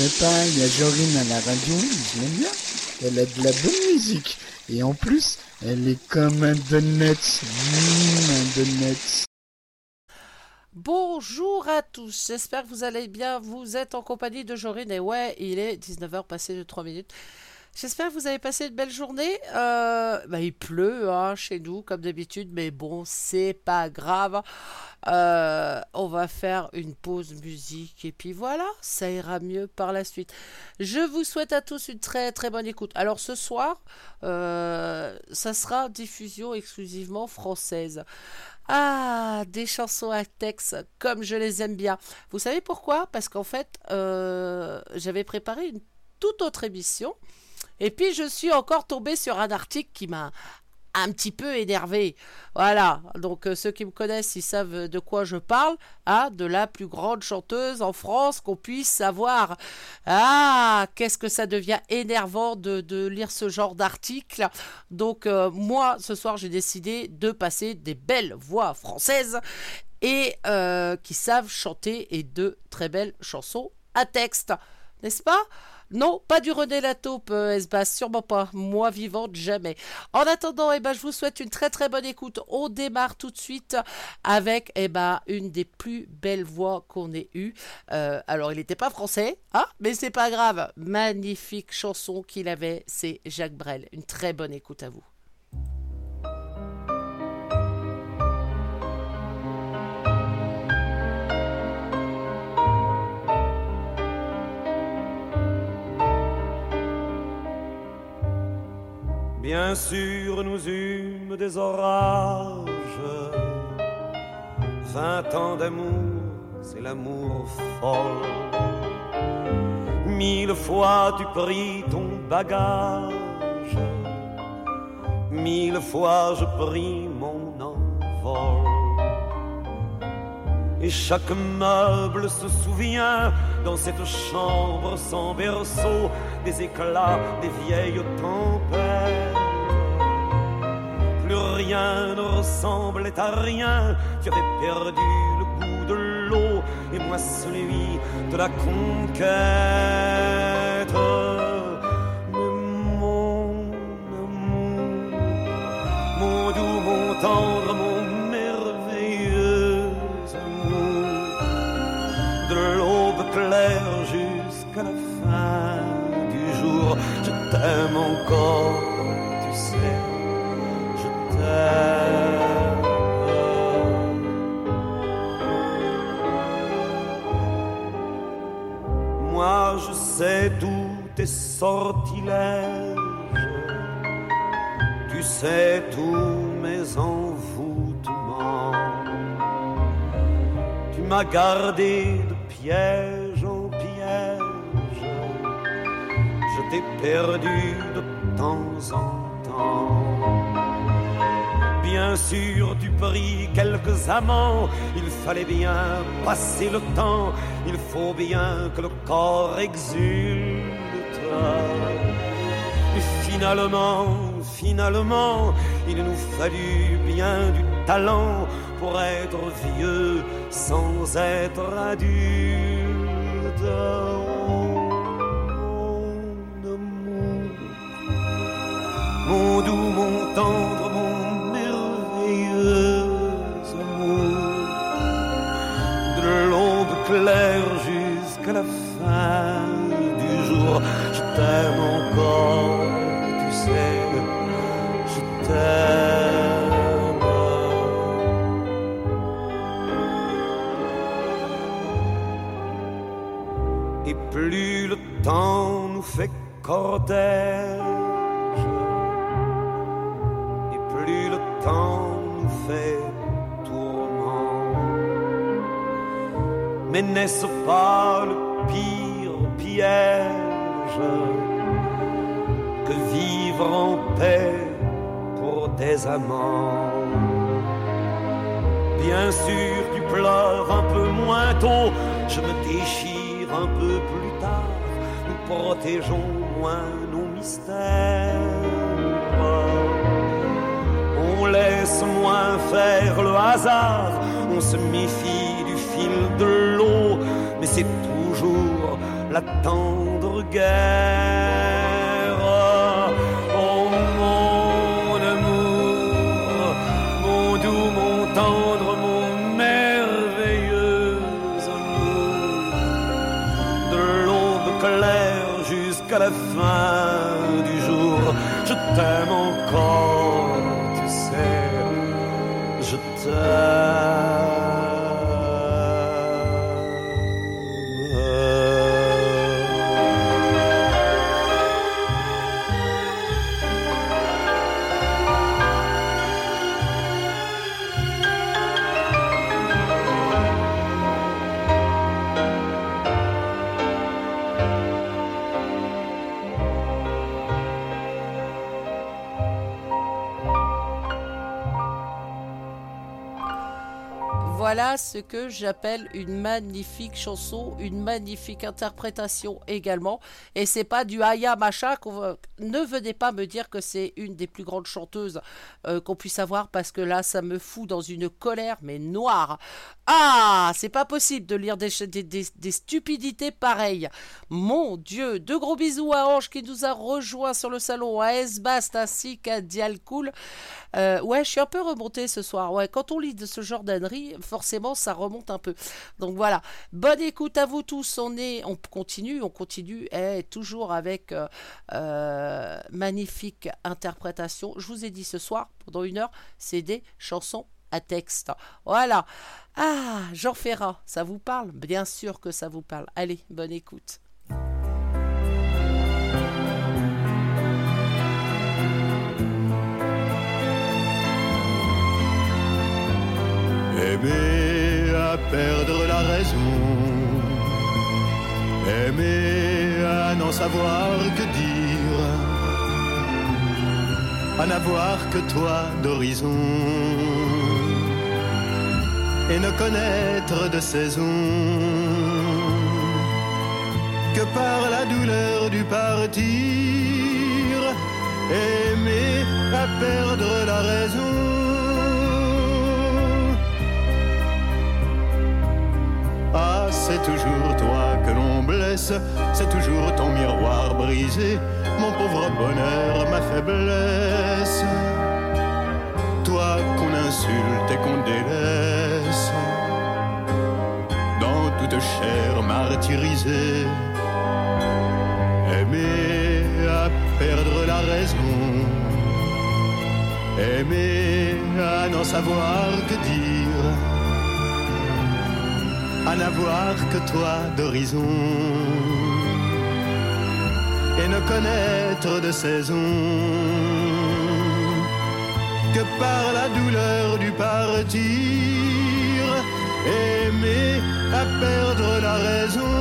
sais pas, il y a Jorine à la radio, je l'aime bien. Elle a de la bonne musique. Et en plus, elle est comme un donut. Un donut. Bonjour à tous, j'espère que vous allez bien. Vous êtes en compagnie de Jorine et ouais, il est 19h passé de 3 minutes. J'espère que vous avez passé une belle journée. Il pleut hein, chez nous comme d'habitude, mais bon, c'est pas grave. On va faire une pause musique et puis voilà, ça ira mieux par la suite. Je vous souhaite à tous une très très bonne écoute. Alors ce soir, ça sera diffusion exclusivement française. Ah, des chansons à texte comme je les aime bien. Vous savez pourquoi? Parce qu'en fait, j'avais préparé une toute autre émission. Et puis je suis encore tombée sur un article qui m'a un petit peu énervé. Voilà, donc ceux qui me connaissent, ils savent de quoi je parle. Ah, de la plus grande chanteuse en France qu'on puisse savoir. Ah, qu'est-ce que ça devient énervant de lire ce genre d'article. Donc moi, ce soir, j'ai décidé de passer des belles voix françaises et qui savent chanter et de très belles chansons à texte. N'est-ce pas ? Non, pas du René Lataupe, Esbas, sûrement pas. Moi vivante, jamais. En attendant, je vous souhaite une très très bonne écoute. On démarre tout de suite avec une des plus belles voix qu'on ait eues. Alors, il n'était pas français, hein, mais c'est pas grave. Magnifique chanson qu'il avait, c'est Jacques Brel. Une très bonne écoute à vous. Bien sûr, nous eûmes des orages. 20 ans d'amour, c'est l'amour folle. 1000 fois tu pris ton bagage. 1000 fois je pris mon envol. Et chaque meuble se souvient dans cette chambre sans berceau des éclats des vieilles tempêtes. Plus rien ne ressemblait à rien, tu avais perdu le goût de l'eau et moi celui de la conquête. Mais mon amour, mon doux, mon tendre, mon merveilleux amour, de l'aube claire jusqu'à la fin du jour, je t'aime encore, tu sais, je t'aime. Moi je sais tous tes sortilèges, tu sais tous mes envoûtements. Tu m'as gardé de piège en piège, je t'ai perdu de temps en temps. Bien sûr, tu pris quelques amants, il fallait bien passer le temps, il faut bien que le corps exulte. Et finalement, il nous fallut bien du talent pour être vieux sans être adulte. Mon doux, mon tendre, mon merveilleux amour, de l'aube claire jusqu'à la fin du jour, je t'aime encore, tu sais, je t'aime. Et plus le temps nous fait cortège, temps nous fait tourment. Mais n'est-ce pas le pire piège que vivre en paix pour des amants? Bien sûr, tu pleures un peu moins tôt, je me déchire un peu plus tard, nous protégeons moins nos mystères. On laisse moins faire le hasard, on se méfie du fil de l'eau, mais c'est toujours la tendre guerre. Oh mon amour, mon doux, mon tendre, mon merveilleux amour, de l'aube claire jusqu'à la fin du jour, je t'aime encore, tu sais, je t'aime. Voilà ce que j'appelle une magnifique chanson, une magnifique interprétation également. Et c'est pas du Aya Macha. Ne venez pas me dire que c'est une des plus grandes chanteuses qu'on puisse avoir, parce que là, ça me fout dans une colère, mais noire. Ah, c'est pas possible de lire des stupidités pareilles. Mon Dieu, de gros bisous à Ange qui nous a rejoint sur le salon, à Esbast ainsi qu'à Dialcool. Ouais, je suis un peu remontée ce soir. Ouais, quand on lit de ce genre d'âneries, forcément, ça remonte un peu. Donc voilà, bonne écoute à vous tous. On continue, toujours avec magnifique interprétation. Je vous ai dit ce soir, pendant 1 heure, c'est des chansons à texte. Voilà. Ah, Jean Ferrat, ça vous parle? Bien sûr que ça vous parle. Allez, bonne écoute. Aimer à perdre la raison, aimer à n'en savoir que dire, à n'avoir que toi d'horizon, et ne connaître de saison que par la douleur du partir, aimer à perdre la raison. Ah, c'est toujours toi que l'on blesse, c'est toujours ton miroir brisé, mon pauvre bonheur, ma faiblesse. Toi qu'on insulte et qu'on délaisse, dans toute chair martyrisée. Aimer à perdre la raison, aimer à n'en savoir que dire, à n'avoir que toi d'horizon, et ne connaître de saison que par la douleur du partir, aimer à perdre la raison.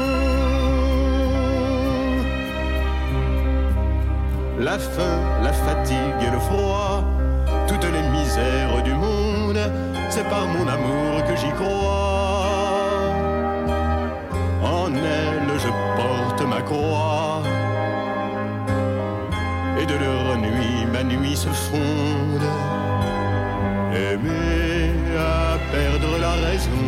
La faim, la fatigue et le froid, toutes les misères du monde, c'est par mon amour que j'y crois. En elle je porte ma croix, et de leur nuit ma nuit se fonde. Aimer à perdre la raison,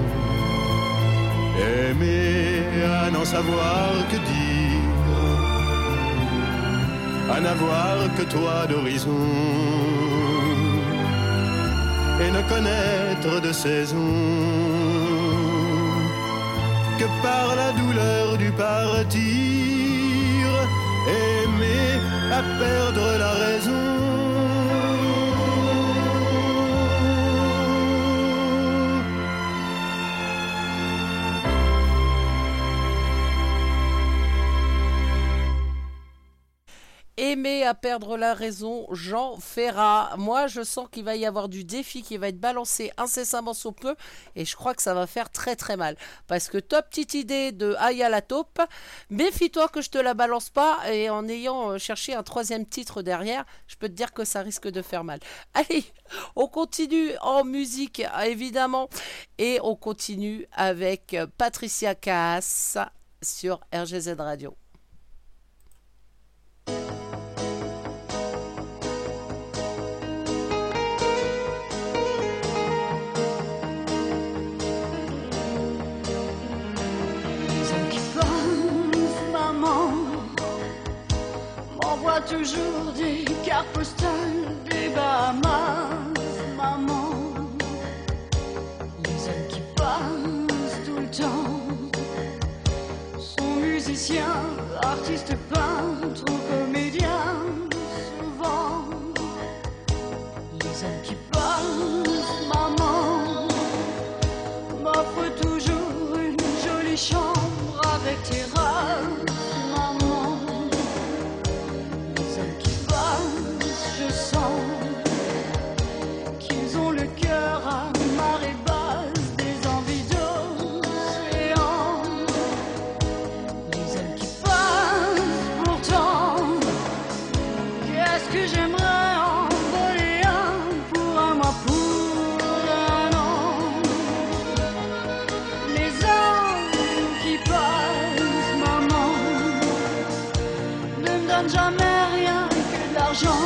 aimer à n'en savoir que dire, à n'avoir que toi d'horizon, et ne connaître de saison que par la douleur du partir, aimer à perdre la raison. Aimer à perdre la raison, Jean Ferrat. Moi, je sens qu'il va y avoir du défi qui va être balancé incessamment sous peu, et je crois que ça va faire très très mal. Parce que ta petite idée de Aya la taupe, méfie-toi que je te la balance pas, et en ayant cherché un 3e titre derrière, je peux te dire que ça risque de faire mal. Allez, on continue en musique, évidemment, et on continue avec Patricia Cass sur RGZ Radio. From toujours des cartes postales des Bahamas, maman. Les hommes qui passent tout le temps sont musiciens, artistes, peintres ou comédiens, souvent. Les hommes qui passent, maman, m'offrent toujours une jolie chambre avec terrasse, maman. Les hommes qui passent, je sens qu'ils ont le cœur à marée basse, des envies d'océan. Les hommes qui passent, pourtant, qu'est-ce que j'aimerais en voler un pour un mois, pour un an. Les hommes qui passent, maman, ne me donnent jamais rien que de l'argent.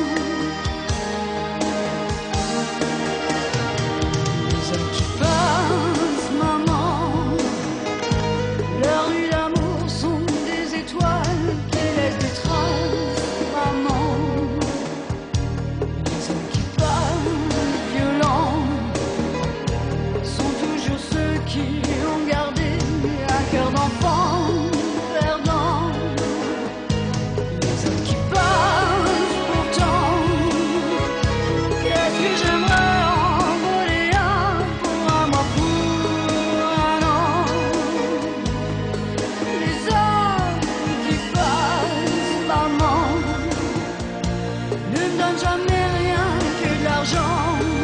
Les hommes qui passent, maman, leurs nuits d'amour sont des étoiles qui laissent des traces, maman. Les hommes qui passent, violents, sont toujours ceux qui ont gardé un cœur d'enfant perdant. Les hommes qui passent, pourtant, qu'est-ce que j'aimerais en voler un pour un mois, pour un an. Les hommes qui passent, maman, ne me donnent jamais rien que de l'argent.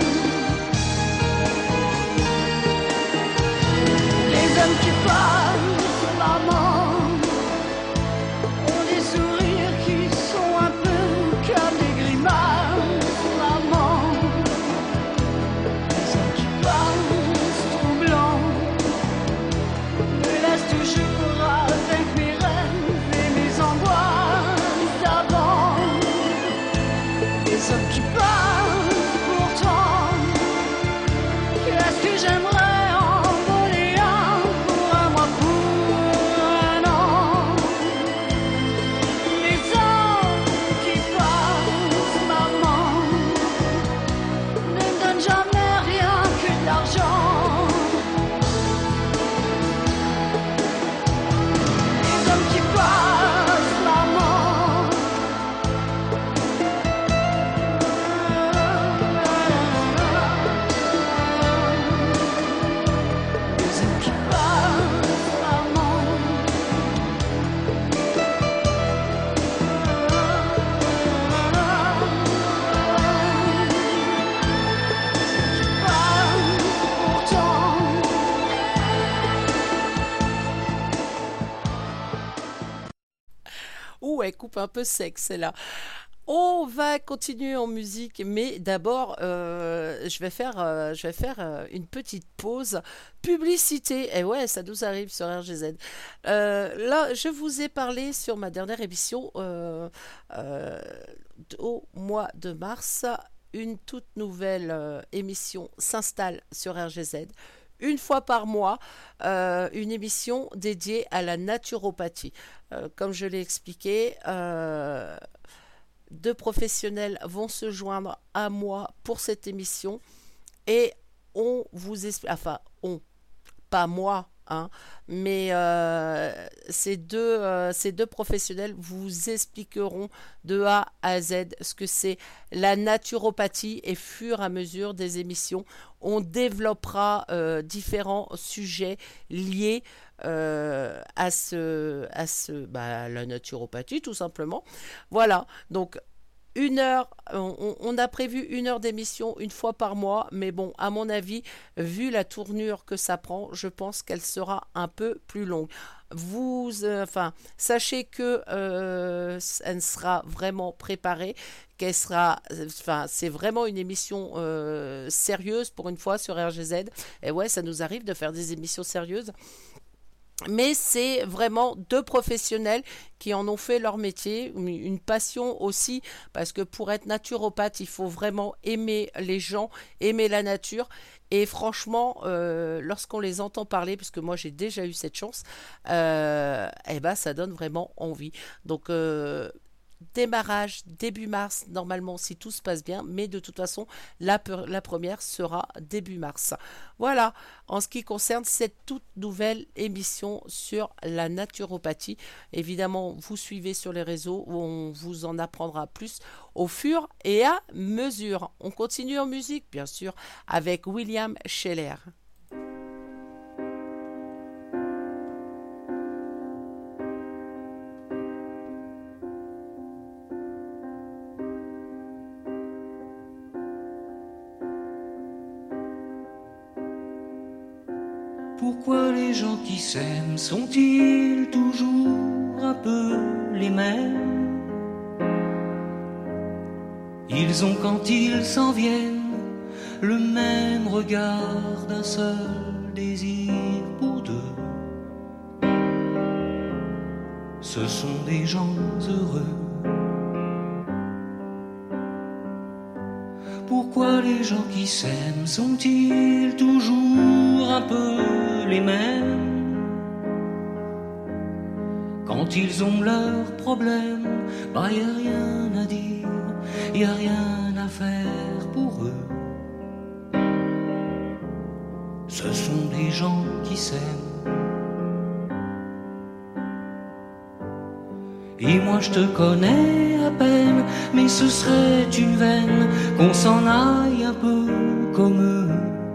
Les hommes qui passent, maman, ont des sourires qui sont un peu comme des grimaces, maman. Les hommes qui passent, troublants, me laissent toujours avec mes rêves et mes angoisses d'avant. Les hommes qui passent, pourtant, qu'est-ce que j'aimerais en voler un pour un mois, pour un an. Les hommes qui passent, maman, ne me donnent jamais rien que de l'argent. Les hommes qui passent, maman, les hommes qui passent, maman, pourtant. Ouh, elle coupe un peu sec, celle-là. On va continuer en musique, mais d'abord, je vais faire une petite pause publicité. Et ouais, ça nous arrive sur RGZ. Là, je vous ai parlé sur ma dernière émission euh, au mois de mars. Une toute nouvelle émission s'installe sur RGZ. Une fois par mois, une émission dédiée à la naturopathie. Comme je l'ai expliqué, deux professionnels vont se joindre à moi pour cette émission et on vous explique, enfin, pas moi, hein, mais ces deux professionnels vous expliqueront de A à Z ce que c'est la naturopathie et fur et à mesure des émissions, on développera différents sujets liés à la naturopathie tout simplement. Voilà, donc une heure, on a prévu une heure d'émission une fois par mois, mais bon, à mon avis, vu la tournure que ça prend, je pense qu'elle sera un peu plus longue. Sachez que elle sera vraiment préparée, qu'elle sera, c'est vraiment une émission sérieuse pour une fois sur RGZ. Et ouais, ça nous arrive de faire des émissions sérieuses. Mais c'est vraiment deux professionnels qui en ont fait leur métier, une passion aussi, parce que pour être naturopathe, il faut vraiment aimer les gens, aimer la nature. Et franchement, lorsqu'on les entend parler, puisque moi j'ai déjà eu cette chance, ça donne vraiment envie. Donc démarrage début mars, normalement, si tout se passe bien, mais de toute façon, la première sera début mars. Voilà, en ce qui concerne cette toute nouvelle émission sur la naturopathie. Évidemment, vous suivez sur les réseaux où on vous en apprendra plus au fur et à mesure. On continue en musique, bien sûr, avec William Scheller. Pourquoi les gens qui s'aiment sont-ils toujours un peu les mêmes? Ils ont quand ils s'en viennent le même regard d'un seul désir pour deux. Ce sont des gens heureux. Pourquoi les gens qui s'aiment sont-ils toujours un peu les mêmes? Quand ils ont leurs problèmes, y a rien à dire, y a rien à faire pour eux. Ce sont des gens qui s'aiment. Et moi je te connais à peine, mais ce serait une veine qu'on s'en aille un peu comme eux.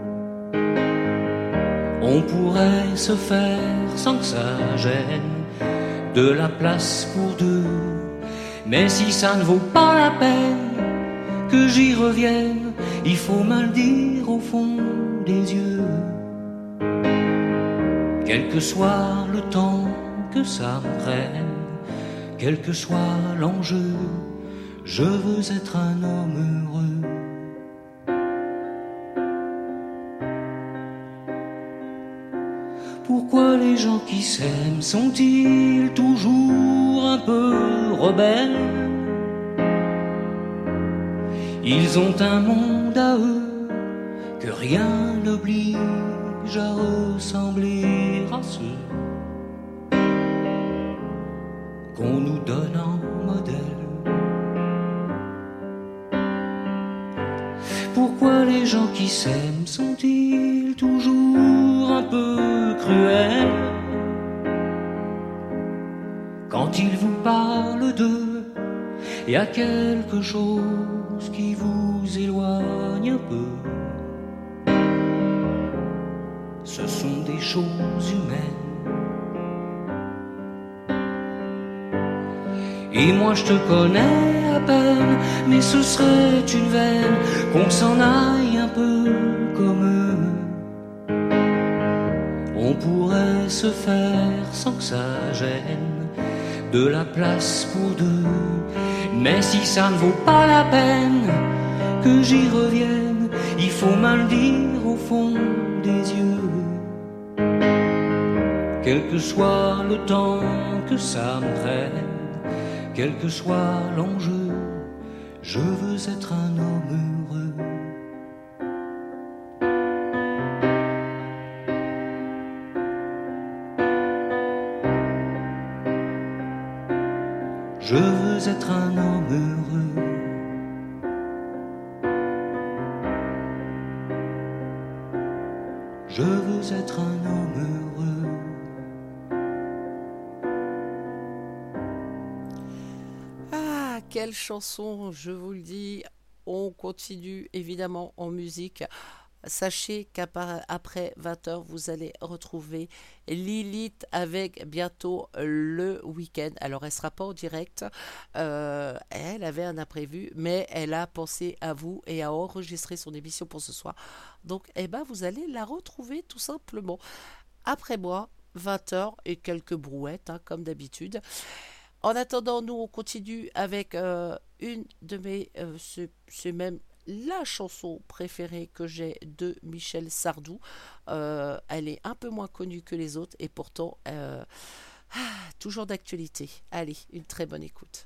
On pourrait se faire sans que ça gêne de la place pour deux. Mais si ça ne vaut pas la peine que j'y revienne, il faut me le dire au fond des yeux. Quel que soit le temps que ça me prenne, quel que soit l'enjeu, je veux être un homme heureux. Pourquoi les gens qui s'aiment sont-ils toujours un peu rebelles? Ils ont un monde à eux que rien n'oblige à ressembler à ceux qu'on nous donne en modèle. Pourquoi les gens qui s'aiment sont-ils toujours un peu cruels? Quand ils vous parlent d'eux, y a quelque chose qui vous éloigne un peu. Ce sont des choses humaines. Et moi je te connais à peine, mais ce serait une veine qu'on s'en aille un peu comme eux. On pourrait se faire sans que ça gêne de la place pour deux. Mais si ça ne vaut pas la peine que j'y revienne, il faut me le dire au fond des yeux. Quel que soit le temps que ça me prenne, quel que soit l'enjeu, je veux être un homme heureux. Je veux être un homme heureux. Je veux être un homme heureux. Ah, quelle chanson, je vous le dis. On continue évidemment en musique. Sachez qu'après 20h, vous allez retrouver Lilith avec bientôt le week-end. Alors, elle ne sera pas en direct. Elle avait un imprévu, mais elle a pensé à vous et a enregistré son émission pour ce soir. Donc, vous allez la retrouver tout simplement. Après moi, 20h et quelques brouettes, comme d'habitude. En attendant, nous, on continue avec une de mes... c'est même la chanson préférée que j'ai de Michel Sardou. Elle est un peu moins connue que les autres et pourtant toujours d'actualité. Allez, une très bonne écoute.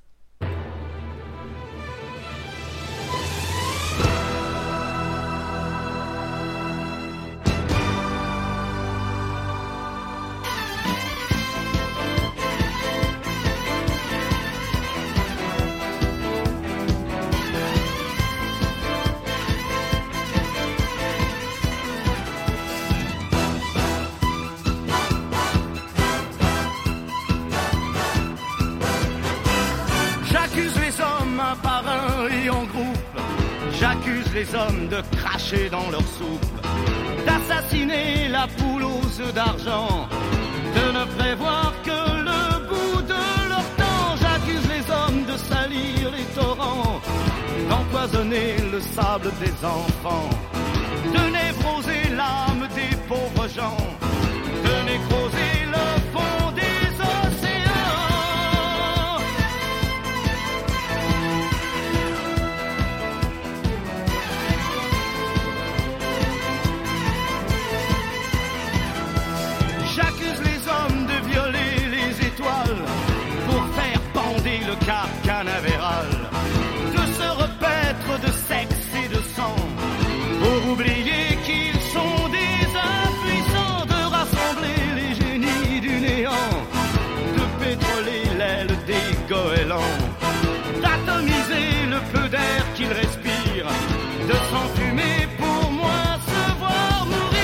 et en groupe, j'accuse les hommes de cracher dans leur soupe, d'assassiner la poule aux œufs d'argent, de ne prévoir que le bout de leur temps. J'accuse les hommes de salir les torrents, d'empoisonner le sable des enfants, de névroser l'âme des pauvres gens, de nécroser le fond des océans. J'accuse les hommes de violer les étoiles pour faire bander le cap canavéral, de se repaître de sexe et de sang pour oublier qu'ils sont des impuissants, de rassembler les génies du néant, de pétroler l'aile des goélands, d'atomiser le peu d'air qu'ils respirent, de s'enfumer pour moins se voir mourir.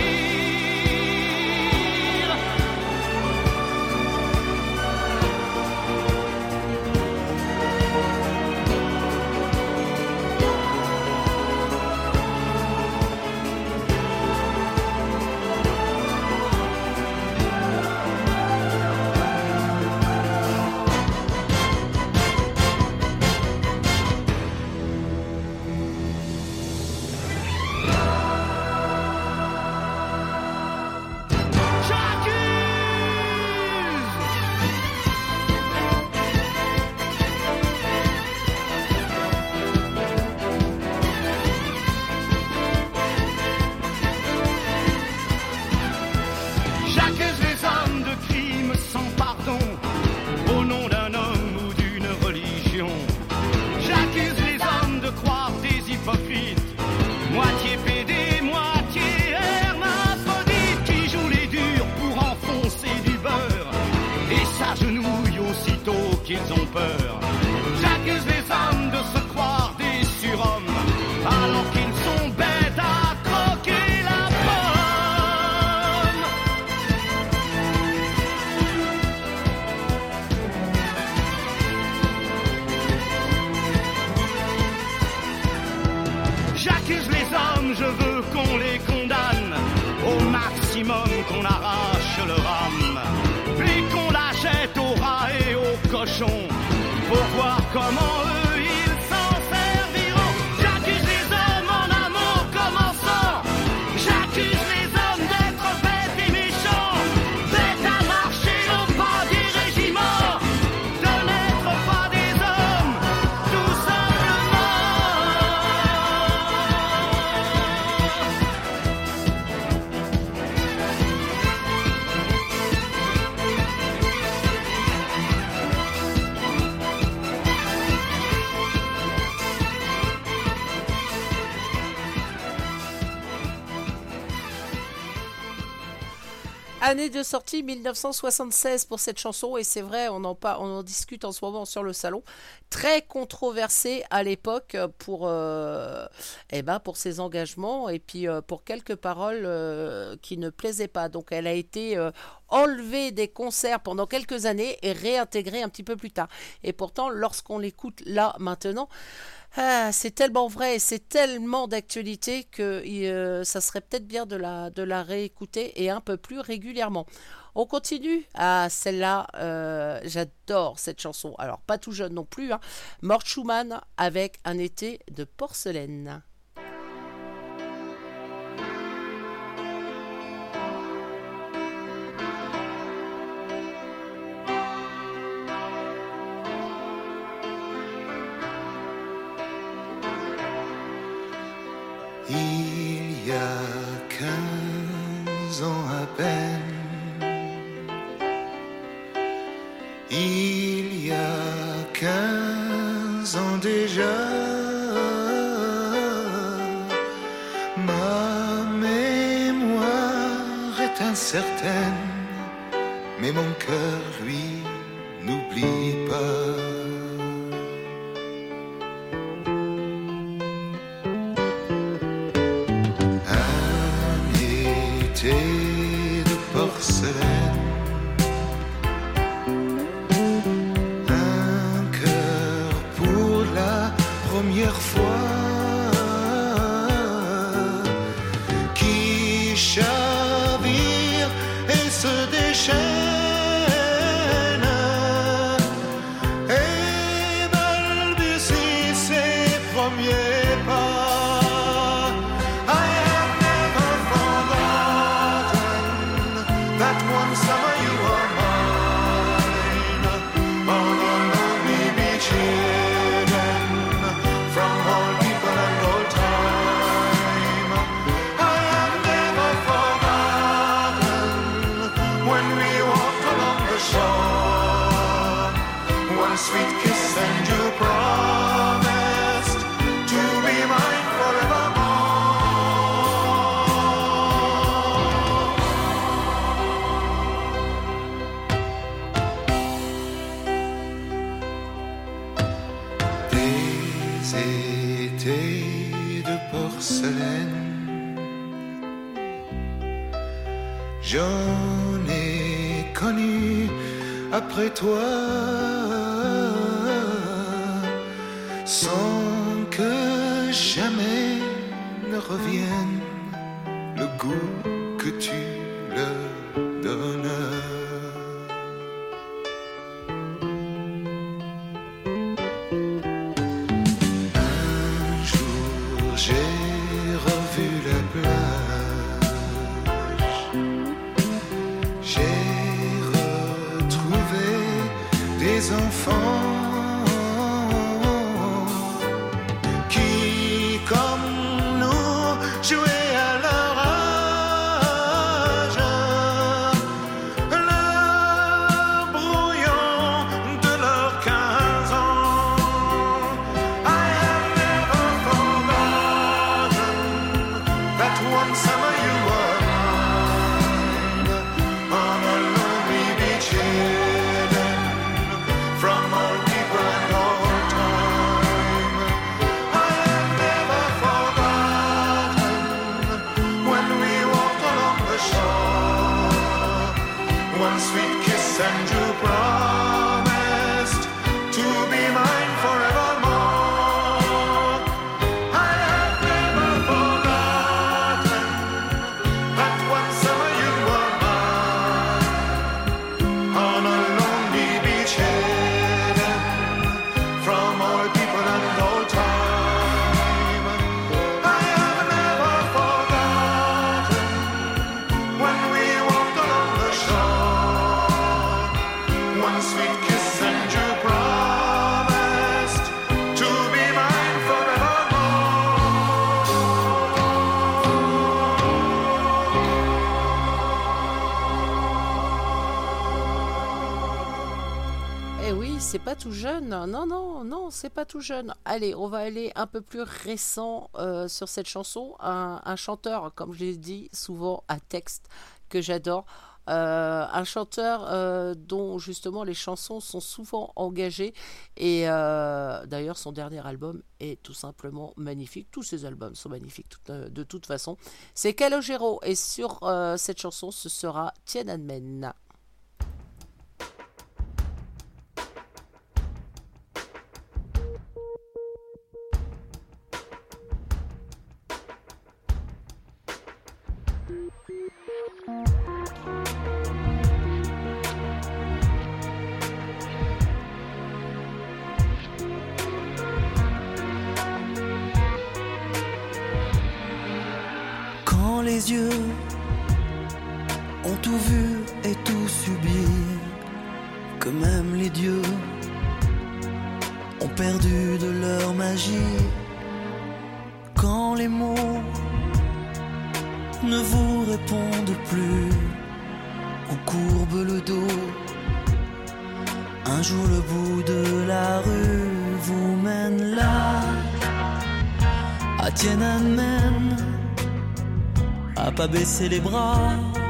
J'accuse les hommes de crimes sans pardon, au nom d'un homme ou d'une religion. J'accuse les hommes de croire des hypocrites, moitié pédés, moitié hermaphrodites, qui jouent les durs pour enfoncer du beurre et s'agenouillent aussitôt qu'ils ont peur. J'accuse les hommes de se croire des surhommes, alors qu'ils sont bêtes à croquer la pomme. J'accuse les hommes, je veux qu'on les condamne au maximum, qu'on arrache leur âme, puis qu'on la jette aux rats et aux cochons pour voir comment eux ils s'en serviront. J'accuse les hommes en amont comme en sang, j'accuse les hommes d'être bêtes et méchants, bêtes à marcher au pas des régiments, de n'être pas des hommes, tout simplement. Année de sortie 1976 pour cette chanson, et c'est vrai, on en discute en ce moment sur le salon. Très controversée à l'époque pour ses engagements et puis pour quelques paroles qui ne plaisaient pas. Donc elle a été enlevée des concerts pendant quelques années et réintégrée un petit peu plus tard. Et pourtant, lorsqu'on l'écoute là maintenant, c'est tellement vrai et c'est tellement d'actualité que ça serait peut-être bien de la réécouter et un peu plus régulièrement. On continue. Ah, celle-là, j'adore cette chanson. Alors, pas tout jeune non plus, hein. Mort Schumann avec Un été de porcelaine. Il y a 15 ans à peine, il y a 15 ans déjà, ma mémoire est incertaine, mais mon cœur, lui, n'oublie pas. De porcelaine, un cœur pour la première fois qui chavire et se déchaîne et balbutie ses premiers pas. I have never forgotten that one summer you were mine on a lonely beach hidden from all people and all time. I have never forgotten when we walked along the shore, one sweet kiss and you promised to be mine forevermore. Des étés de porcelaine, j'en ai connu après toi, sans que jamais ne revienne le goût que tu leur donnes. Un jour j'ai revu la plage, j'ai retrouvé des enfants qui, comme nous, jouaient à leur âge, le brouillon de leurs 15 ans. I have never forgotten that one summer you were mine on a lonely beach hidden from all people and all time. I have never forgotten when we walked along the shore, one sweet kiss and you promised to be mine forevermore. I have never forgotten that one summer you were mine on a lonely beach hidden from all people and all time. I have never forgotten when we walked along the shore, one sweet kiss and you promised to be mine forevermore. Eh oui, c'est pas tout jeune. Non, non, non, c'est pas tout jeune. Allez, on va aller un peu plus récent sur cette chanson. Un chanteur, comme je l'ai dit, souvent à texte, que j'adore. Un chanteur dont justement les chansons sont souvent engagées. Et d'ailleurs, son dernier album est tout simplement magnifique. Tous ses albums sont magnifiques de toute façon. C'est Calogero. Et sur cette chanson, ce sera Tiananmen. Quand les yeux ont tout vu et tout subi, que même les dieux ont perdu de leur magie, quand les mots ne vous répondent plus, on courbe le dos, un jour le bout de la rue vous mène là, à Tiananmen, à pas baisser les bras,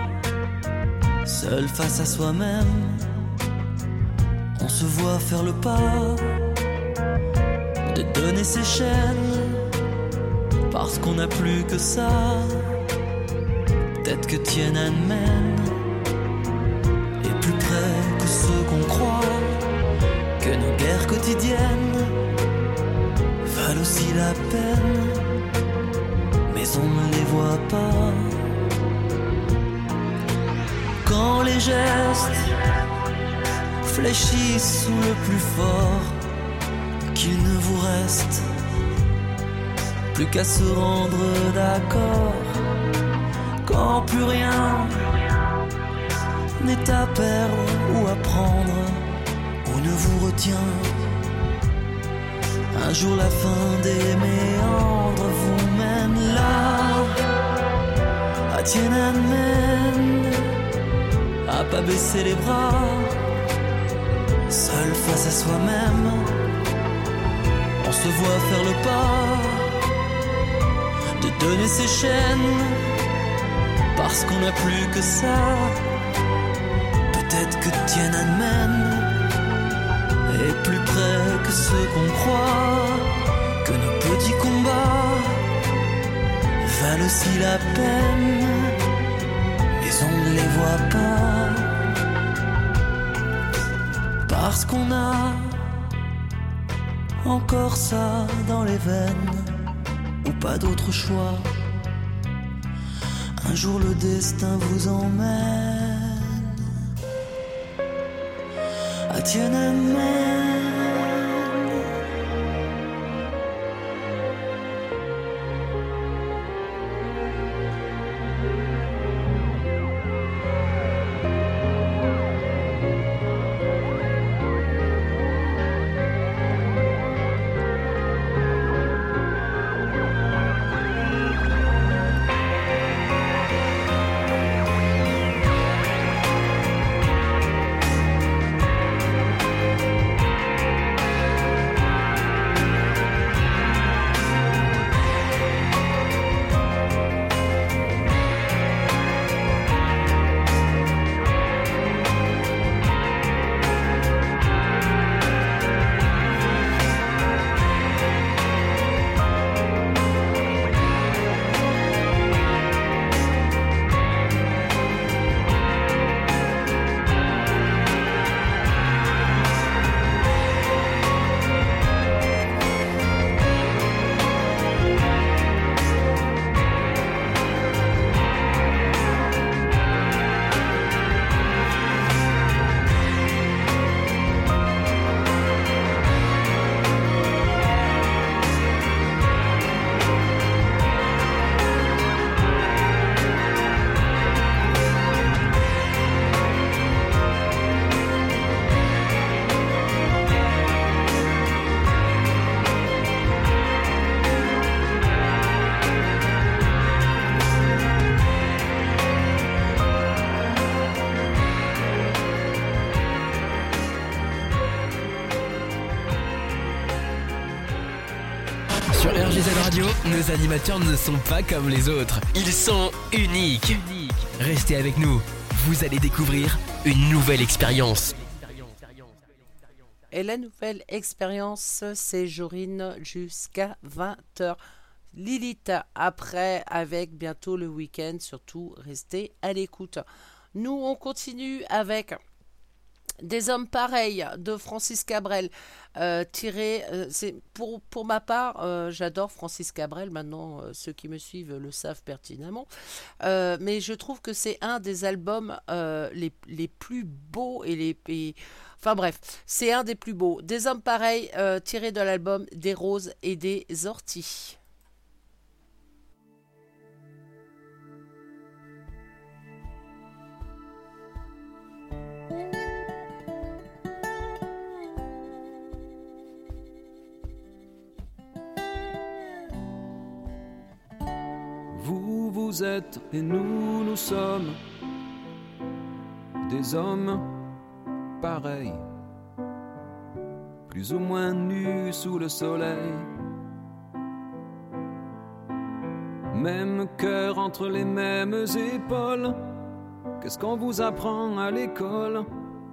seul face à soi-même, on se voit faire le pas, de donner ses chaînes, parce qu'on n'a plus que ça. Peut-être que Tiananmen est plus près que ce qu'on croit, que nos guerres quotidiennes valent la peine, mais on ne les voit pas. Quand les gestes fléchissent sous le plus fort, qu'il ne vous reste plus qu'à se rendre d'accord. Quand plus rien n'est à perdre ou à prendre, ou ne vous retient, un jour la fin des méandres vous mène là, à Tiananmen, à pas baisser les bras, seul face à soi-même, on se voit faire le pas, de donner ses chaînes, parce qu'on n'a plus que ça. Peut-être que Tiananmen est plus près que ce qu'on croit, que nos petits combats valent aussi la peine, mais on ne les voit pas, parce qu'on a encore ça dans les veines, ou pas d'autre choix. Un jour le destin vous emmène à Tiananmen. Sur RGZ Radio, nos animateurs ne sont pas comme les autres. Ils sont uniques. Restez avec nous, vous allez découvrir une nouvelle expérience. Et la nouvelle expérience, c'est Jorine jusqu'à 20h. Lilith après, avec bientôt le week-end, surtout restez à l'écoute. Nous, on continue avec Des hommes pareils de Francis Cabrel, c'est pour ma part, j'adore Francis Cabrel. Maintenant, ceux qui me suivent le savent pertinemment, mais je trouve que c'est un des albums les plus beaux enfin bref, c'est un des plus beaux. Des hommes pareils, tiré de l'album Des roses et des orties. Vous êtes et nous sommes des hommes pareils, plus ou moins nus sous le soleil, même cœur entre les mêmes épaules. Qu'est-ce qu'on vous apprend à l'école?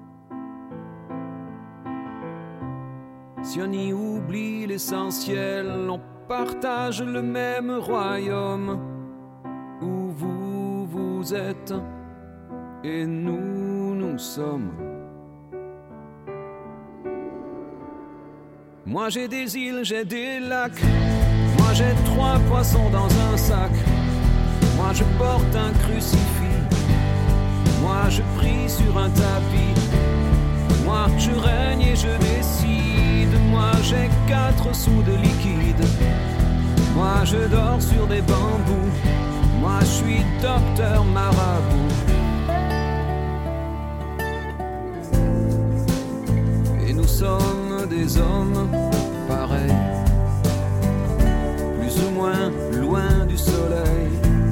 Si on y oublie l'essentiel, on partage le même royaume où vous êtes et nous sommes. Moi j'ai des îles, j'ai des lacs, Moi j'ai 3 poissons dans un sac. Moi je porte un crucifix. Moi je prie sur un tapis. Moi je règne et je décide. Moi j'ai 4 sous de liquide. Moi je dors sur des bambous. Moi je suis docteur marabout. Et nous sommes des hommes pareils, plus ou moins loin du soleil.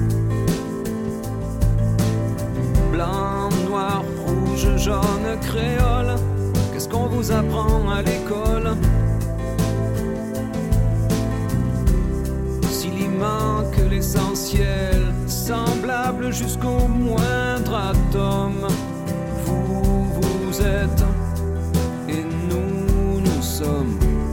Blanc, noir, rouge, jaune, créole, qu'est-ce qu'on vous apprend à l'école? S'il y manque l'essentiel, semblable jusqu'au moindre atome, vous êtes et nous sommes.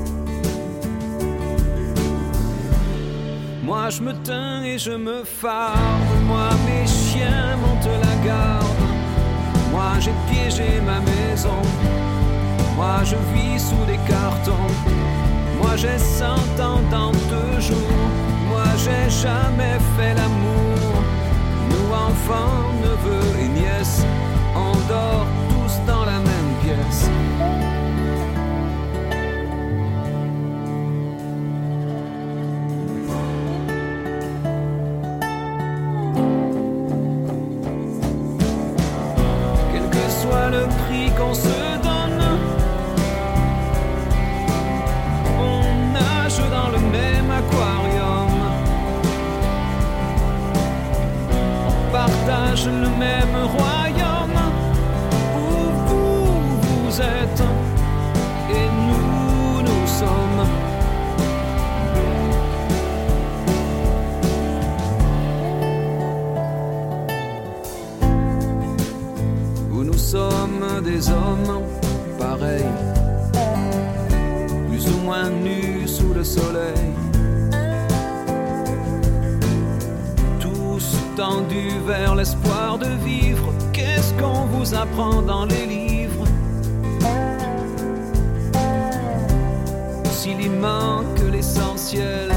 Moi je me teins et je me farde. Moi mes chiens montent la garde. Moi j'ai piégé ma maison. Moi je vis sous des cartons. Moi j'ai 100 ans dans 2 jours. Moi j'ai jamais fait l'amour. Nous enfants, neveux et nièces, on dort tous dans la même pièce. Le prix qu'on se donne, on nage dans le même aquarium, on partage le même royaume où vous êtes et nous sommes. Nous sommes des hommes pareils, plus ou moins nus sous le soleil, tous tendus vers l'espoir de vivre. Qu'est-ce qu'on vous apprend dans les livres? S'il y manque l'essentiel,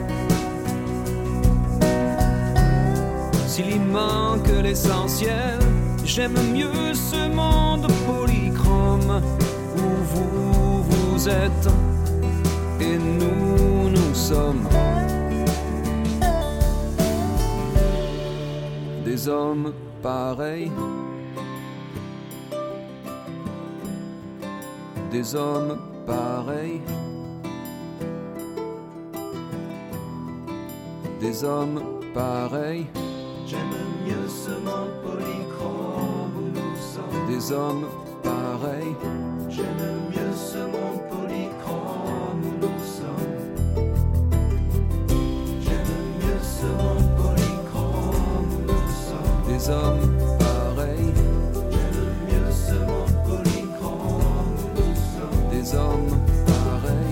s'il y manque l'essentiel, j'aime mieux ce monde polychrome où vous êtes et nous sommes. Des hommes pareils, des hommes pareils, des hommes pareils. J'aime mieux ce monde polychrome où nous sommes. Des hommes pareils. J'aime mieux ce monde polychrome où nous sommes. J'aime mieux ce monde polychrome où nous sommes. Des hommes pareils. J'aime mieux ce monde polychrome où nous sommes. Des hommes pareils.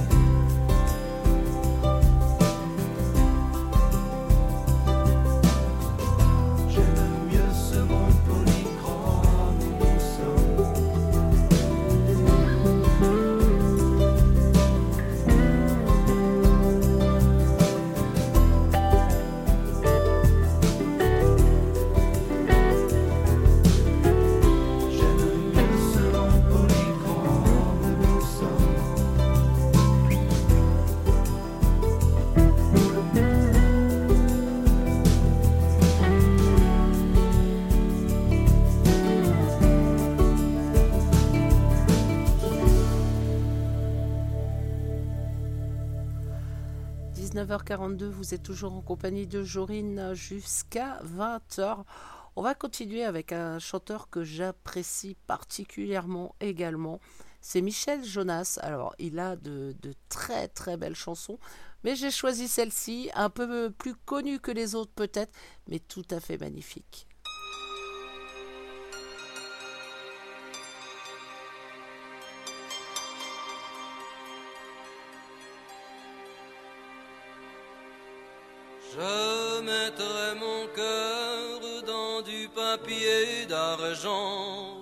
h 42, vous êtes toujours en compagnie de Jorine jusqu'à 20h. On va continuer avec un chanteur que j'apprécie particulièrement également. C'est Michel Jonas. Alors, il a de très très belles chansons, mais j'ai choisi celle-ci, un peu plus connue que les autres peut-être, mais tout à fait magnifique. Je mettrai mon cœur dans du papier d'argent,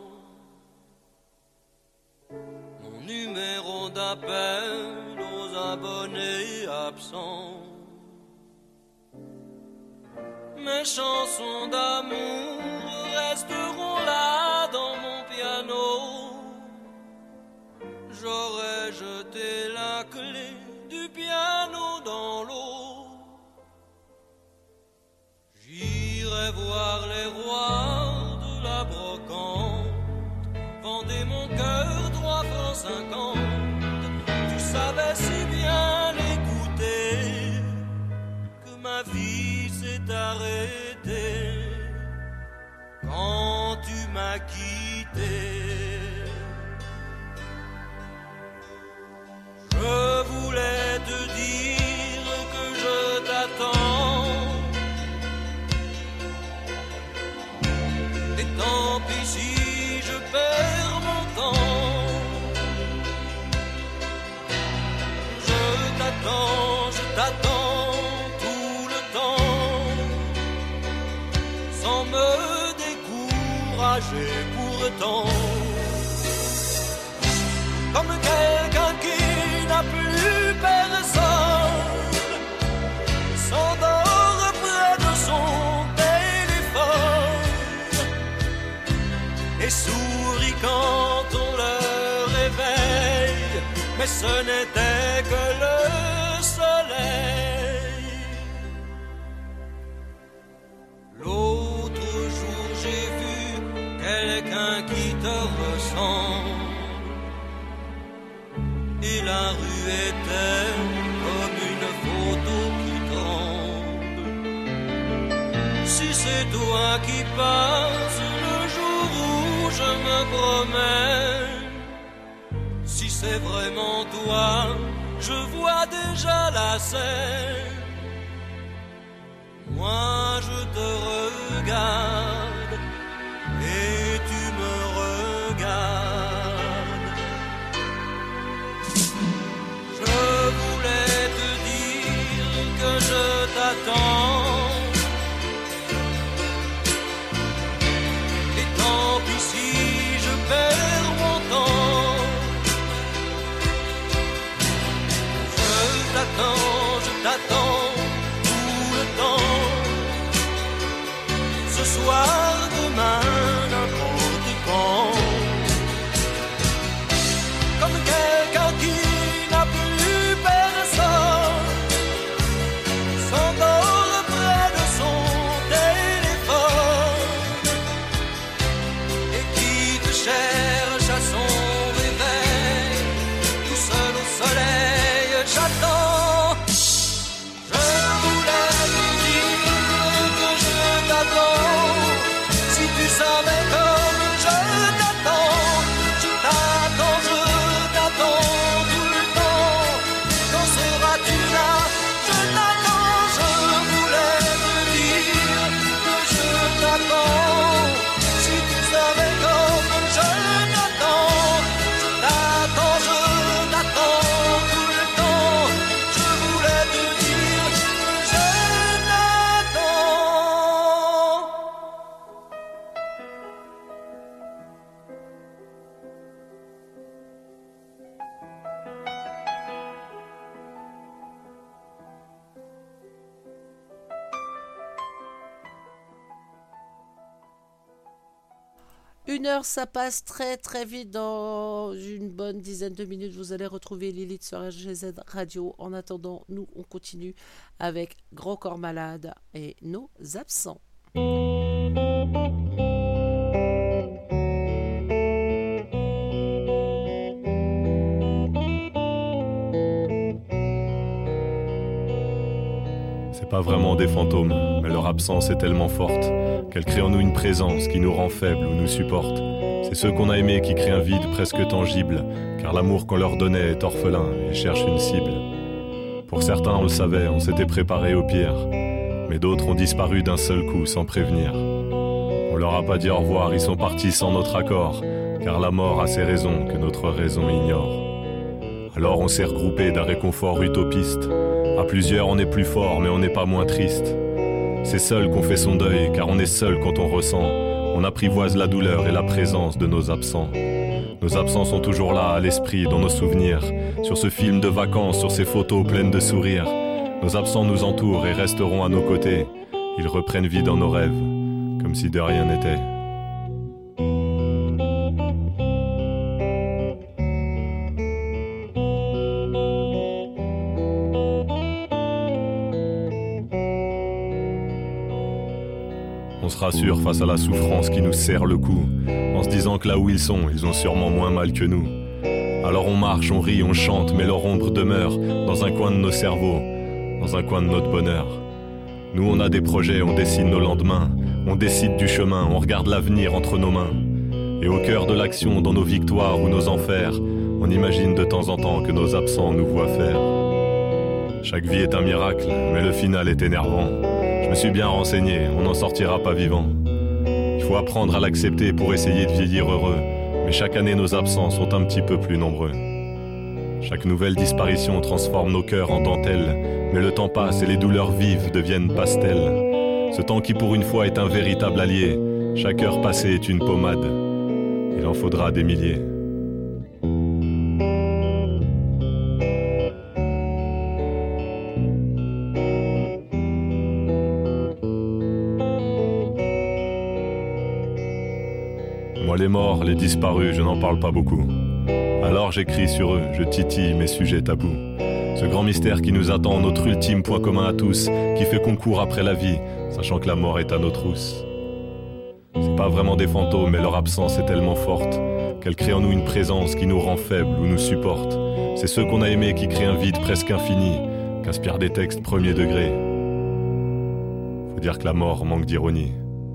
mon numéro d'appel aux abonnés absents. mes chansons d'amour resteront là dans mon piano. J'aurais jeté la clé du piano dans l'eau. J'irai voir les rois de la brocante, vendez mon cœur 3 francs 50. Tu savais si bien l'écouter que ma vie s'est arrêtée quand tu m'as quitté. Je voulais te dire que je t'attends, et tant pis si je perds mon temps. Je t'attends tout le temps, sans me décourager pourtant. Comme quelqu'un qui n'a plus personne, s'endort près de son téléphone et sourit quand on le réveille, mais ce n'était que le soleil. L'autre jour j'ai vu quelqu'un qui te ressemble, et la rue était comme une photo qui tremble. Si c'est toi qui passes le jour où je me promène, si c'est vraiment toi, je vois déjà la scène. Moi je te regarde et tu me regardes. Je voulais te dire que je t'attends, et tant pis si je perds mon temps. Je t'attends tout le temps, ce soir, demain, n'importe quand. Comme quelqu'un qui n'a plus personne, s'endort près de son téléphone et qui te cherche à son réveil, tout seul au soleil, j'attends. Je voulais te dire que je t'attends, si tu savais comme je t'attends. Je t'attends tout le temps, quand seras-tu là? Je t'attends, je voulais te dire que je t'attends, si tu savais comme je t'attends. Je t'attends tout le temps, je voulais te dire que je t'attends. Une heure, ça passe très très vite. Dans une bonne dizaine de minutes, vous allez retrouver Lilith sur RGZ Radio. En attendant, nous, on continue avec Gros Corps Malade et Nos Absents. C'est pas vraiment des fantômes, mais leur absence est tellement forte qu'elle crée en nous une présence qui nous rend faibles ou nous supporte. C'est ceux qu'on a aimés qui créent un vide presque tangible, car l'amour qu'on leur donnait est orphelin et cherche une cible. Pour certains, on le savait, on s'était préparé au pire, mais d'autres ont disparu d'un seul coup sans prévenir. On leur a pas dit au revoir, ils sont partis sans notre accord, car la mort a ses raisons que notre raison ignore. Alors on s'est regroupé d'un réconfort utopiste. À plusieurs, on est plus fort, mais on n'est pas moins triste. C'est seul qu'on fait son deuil, car on est seul quand on ressent. On apprivoise la douleur et la présence de nos absents. Nos absents sont toujours là, à l'esprit, dans nos souvenirs. Sur ce film de vacances, sur ces photos pleines de sourires. Nos absents nous entourent et resteront à nos côtés. Ils reprennent vie dans nos rêves, comme si de rien n'était. On se rassure face à la souffrance qui nous serre le cou, en se disant que là où ils ont sûrement moins mal que nous. Alors on marche, on rit, on chante, mais leur ombre demeure dans un coin de nos cerveaux, dans un coin de notre bonheur. Nous on a des projets, on dessine nos lendemains, on décide du chemin, on regarde l'avenir entre nos mains. Et au cœur de l'action, dans nos victoires ou nos enfers, on imagine de temps en temps que nos absents nous voient faire. Chaque vie est un miracle, mais le final est énervant. Je me suis bien renseigné, on n'en sortira pas vivant. Il faut apprendre à l'accepter pour essayer de vieillir heureux, mais chaque année nos absents sont un petit peu plus nombreux. Chaque nouvelle disparition transforme nos cœurs en dentelle, mais le temps passe et les douleurs vives deviennent pastels. Ce temps qui pour une fois est un véritable allié, chaque heure passée est une pommade. Il en faudra des milliers. Moi les morts, les disparus, je n'en parle pas beaucoup. Alors j'écris sur eux, je titille mes sujets tabous. Ce grand mystère qui nous attend, notre ultime point commun à tous, qui fait qu'on court après la vie, sachant que la mort est à nos trousses. C'est pas vraiment des fantômes, mais leur absence est tellement forte qu'elle crée en nous une présence qui nous rend faibles ou nous supporte. C'est ceux qu'on a aimés qui créent un vide presque infini, qu'inspirent des textes premier degré. Faut dire que la mort manque d'ironie.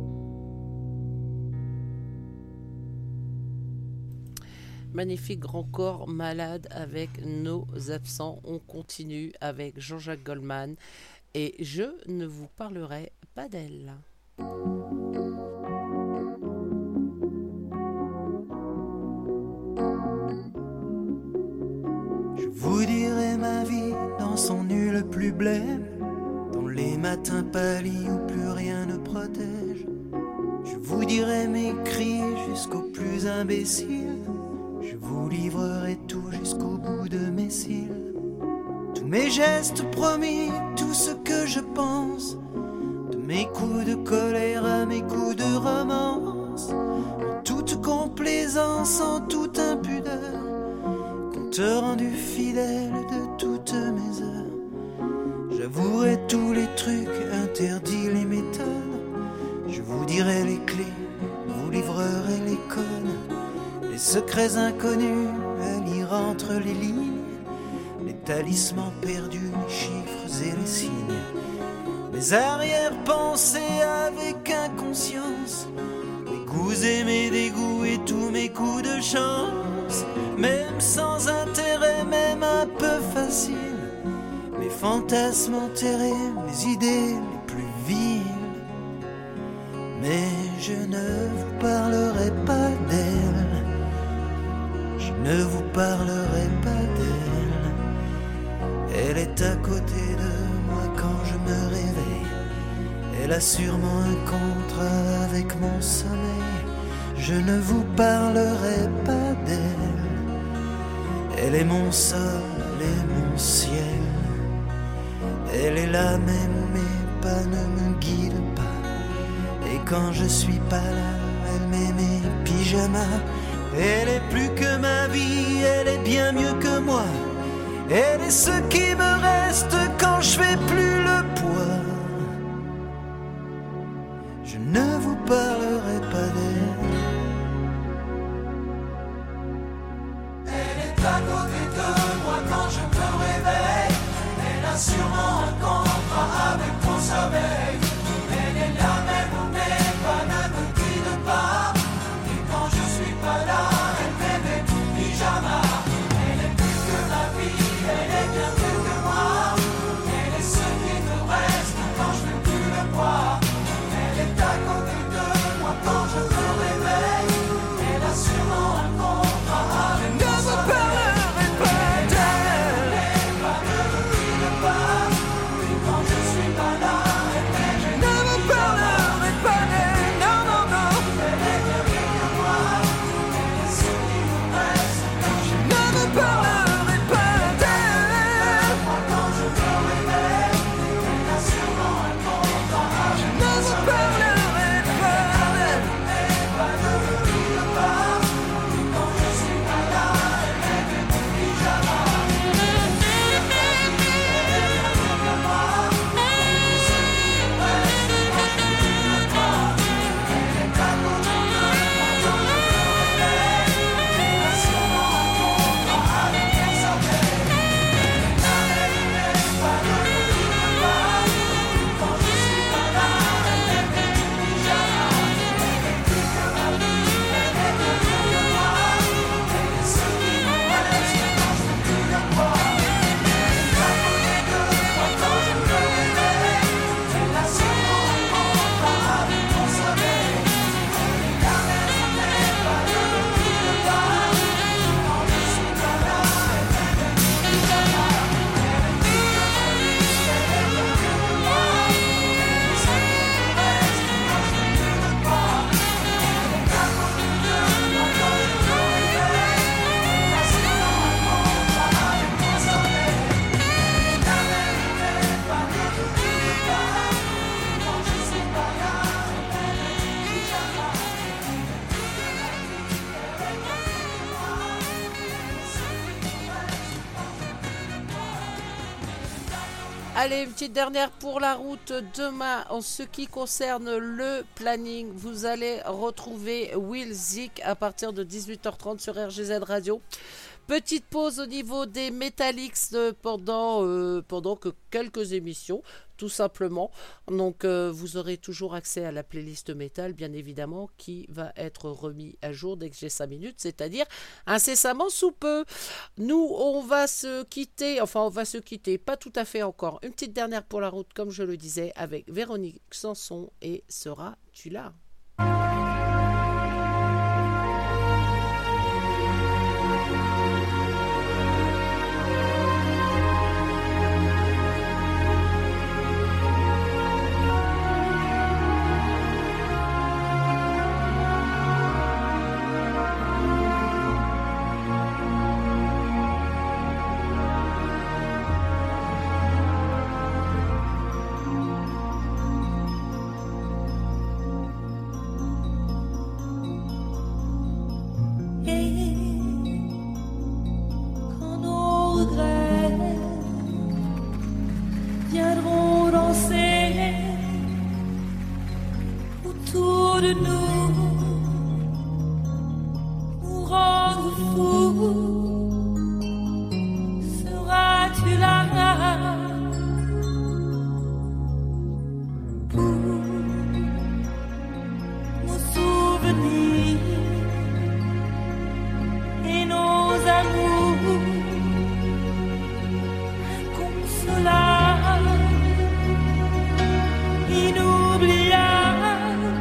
Magnifique Grand Corps Malade avec nos absents. On continue avec Jean-Jacques Goldman et je ne vous parlerai pas d'elle. Je vous dirai ma vie dans son nul le plus blême, dans les matins pâlis où plus rien ne protège. Je vous dirai mes cris jusqu'au plus imbécile. Je vous livrerai tout jusqu'au bout de mes cils. Tous mes gestes promis, tout ce que je pense, de mes coups de colère à mes coups de romance, en toute complaisance, en toute impudeur, compte rendu fidèle de toutes mes heures. J'avouerai tous les trucs interdits, les méthodes. Je vous dirai les clés, vous livrerai les codes. Les secrets inconnus à lire entre les lignes, les talismans perdus, les chiffres et les signes, mes arrière-pensées avec inconscience, mes goûts et mes dégoûts et tous mes coups de chance, même sans intérêt, même un peu facile, mes fantasmes enterrés, mes idées les plus viles. Mais je ne vous parlerai pas d'elle. Je ne vous parlerai pas d'elle. Elle est à côté de moi quand je me réveille. Elle a sûrement un contrat avec mon sommeil. Je ne vous parlerai pas d'elle. Elle est mon sol, elle est mon ciel. Elle est là même où mes pas ne me guident pas. Et quand je suis pas là, elle met mes pyjamas. Elle est plus que ma vie, elle est bien mieux que moi. Elle est ce qui me reste quand je fais plus le poids. Je ne vous parlerai pas d'elle. Elle est à côté de moi quand je me réveille. Elle a sûrement un contrat avec mon sommeil. Elle est là même où mes pas ne me guident pas. Et quand je suis pas là, elle met mes pyjamas. Elle est plus que ma vie, elle est bien plus que moi. Allez, une petite dernière pour la route. Demain, en ce qui concerne le planning, vous allez retrouver Will Zik à partir de 18h30 sur RGZ Radio. Petite pause au niveau des Metallics pendant que quelques émissions, tout simplement. Donc, vous aurez toujours accès à la playlist métal, bien évidemment, qui va être remis à jour dès que j'ai 5 minutes, c'est-à-dire incessamment sous peu. Nous, on va se quitter, pas tout à fait encore. Une petite dernière pour la route, comme je le disais, avec Véronique Sanson et Seras-tu là ? Quand nos regrets viendront danser autour de nous, nous rendre fous, seras-tu là pour nos souvenirs et nos amours inconsolables, inoubliables?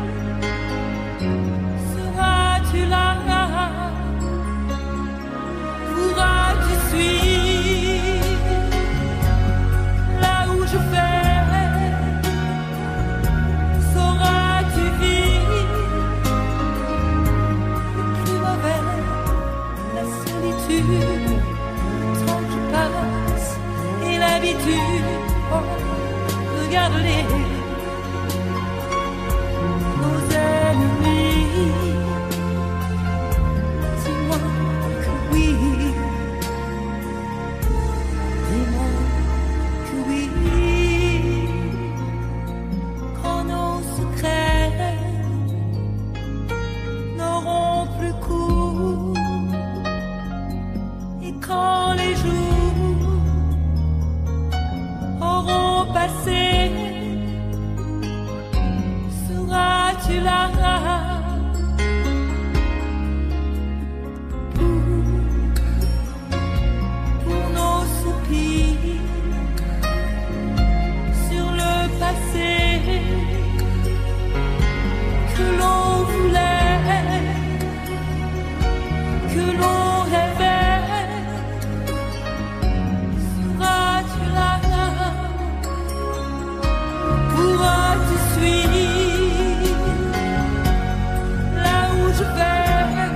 Seras-tu là? Pourras-tu suivre là où je vais? Sauras-tu vivre le plus mauvais? La solitude, le temps qui passe et l'habitude. Oh, regarde-les, nos ennemis. Dis-moi que oui, dis-moi que oui. Quand nos secrets n'auront plus cours, et quand les jours auront passé, seras-tu là pour nos soupirs sur le passé que l'on voulait, que l'on rêvait? Seras-tu là? Pourras-tu suivre là où je vais?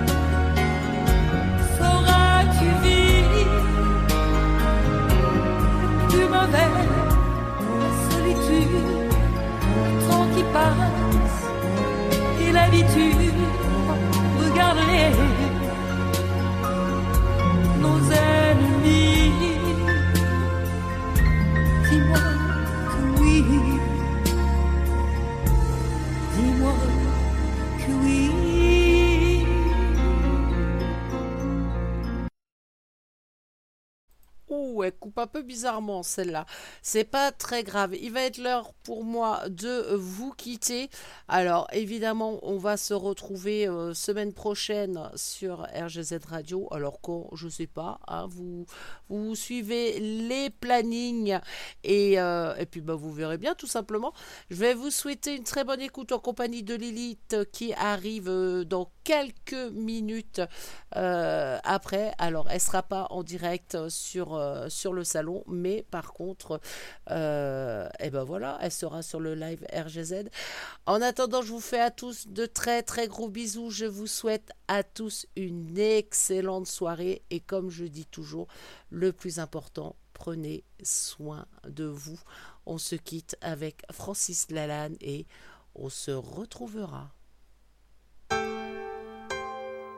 Sauras-tu vivre du mauvais? La solitude, le temps qui passe et l'habitude. Regarde-les, nos ennemis. Dis-moi que oui, dis-moi que oui. Ouh, elle coupe un peu bizarrement celle-là. C'est pas très grave. Il va être l'heure pour moi de vous quitter. Alors évidemment, on va se retrouver semaine prochaine sur RGZ Radio. Alors quand, je sais pas, hein, vous suivez les plannings et puis bah, vous verrez bien tout simplement. Je vais vous souhaiter une très bonne écoute en compagnie de Lilith qui arrive dans quelques minutes après. Alors elle sera pas en direct sur le salon, mais par contre et ben voilà, elle sera sur le live RGZ. En attendant, je vous fais à tous de très très gros bisous. Je vous souhaite à tous une excellente soirée et comme je dis toujours, le plus important, prenez soin de vous. On se quitte avec Francis Lalanne et on se retrouvera.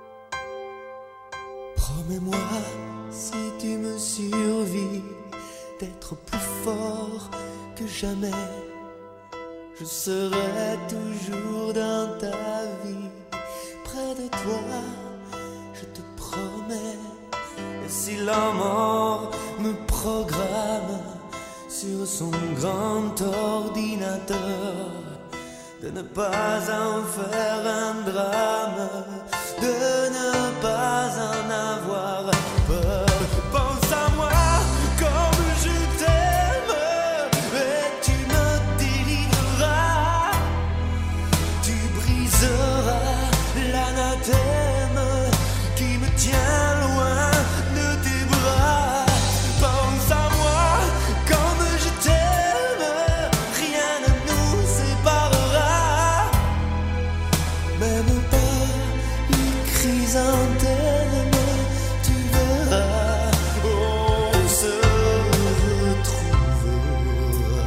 Promets-moi, si tu me survis, d'être plus fort que jamais. Je serai toujours dans ta vie, près de toi, je te promets. Et si la mort me programme sur son grand ordinateur, de ne pas en faire un drame, de ne pas en avoir peur. Pense à moi comme je t'aime et tu me délivreras. Tu briseras l'anathème qui me tient loin de tes bras. Pense à moi comme je t'aime, rien ne nous séparera. Même pas les chrysanthèmes, tu verras, on se retrouvera.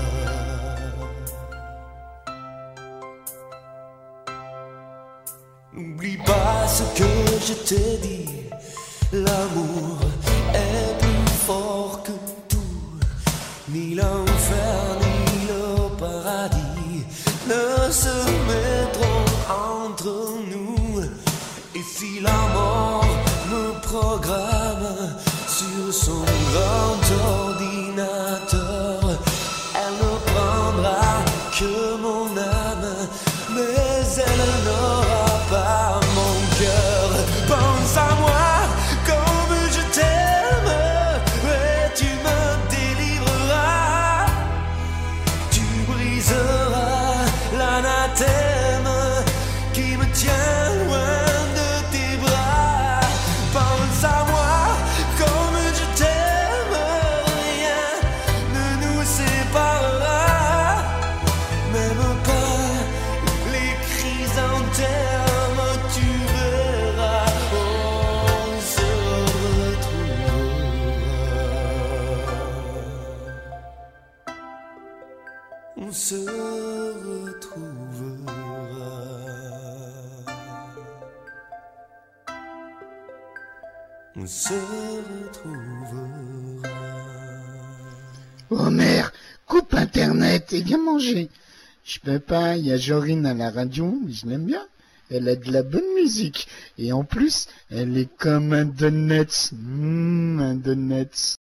N'oublie pas ce que je t'ai dit, l'amour est plus fort que tout, ni l'enfer ni le paradis ne se mettront entre nous. Et si la mort me programme sur son grand ordinateur, elle ne prendra que mon âme, mais elle n'aura pas mon cœur. Pense à moi comme je t'aime et tu me délivreras. Tu briseras l'anathème qui me tient loin de tes bras. Pense à moi comme je t'aime, rien ne nous séparera. Même pas les chrysanthèmes, tu verras, on se retrouvera. On se retrouvera. On se retrouvera. Homer, coupe internet et viens manger. Je peux pas, il y a Jorine à la radio, mais je l'aime bien. Elle a de la bonne musique. Et en plus, elle est comme un donuts. Un donuts.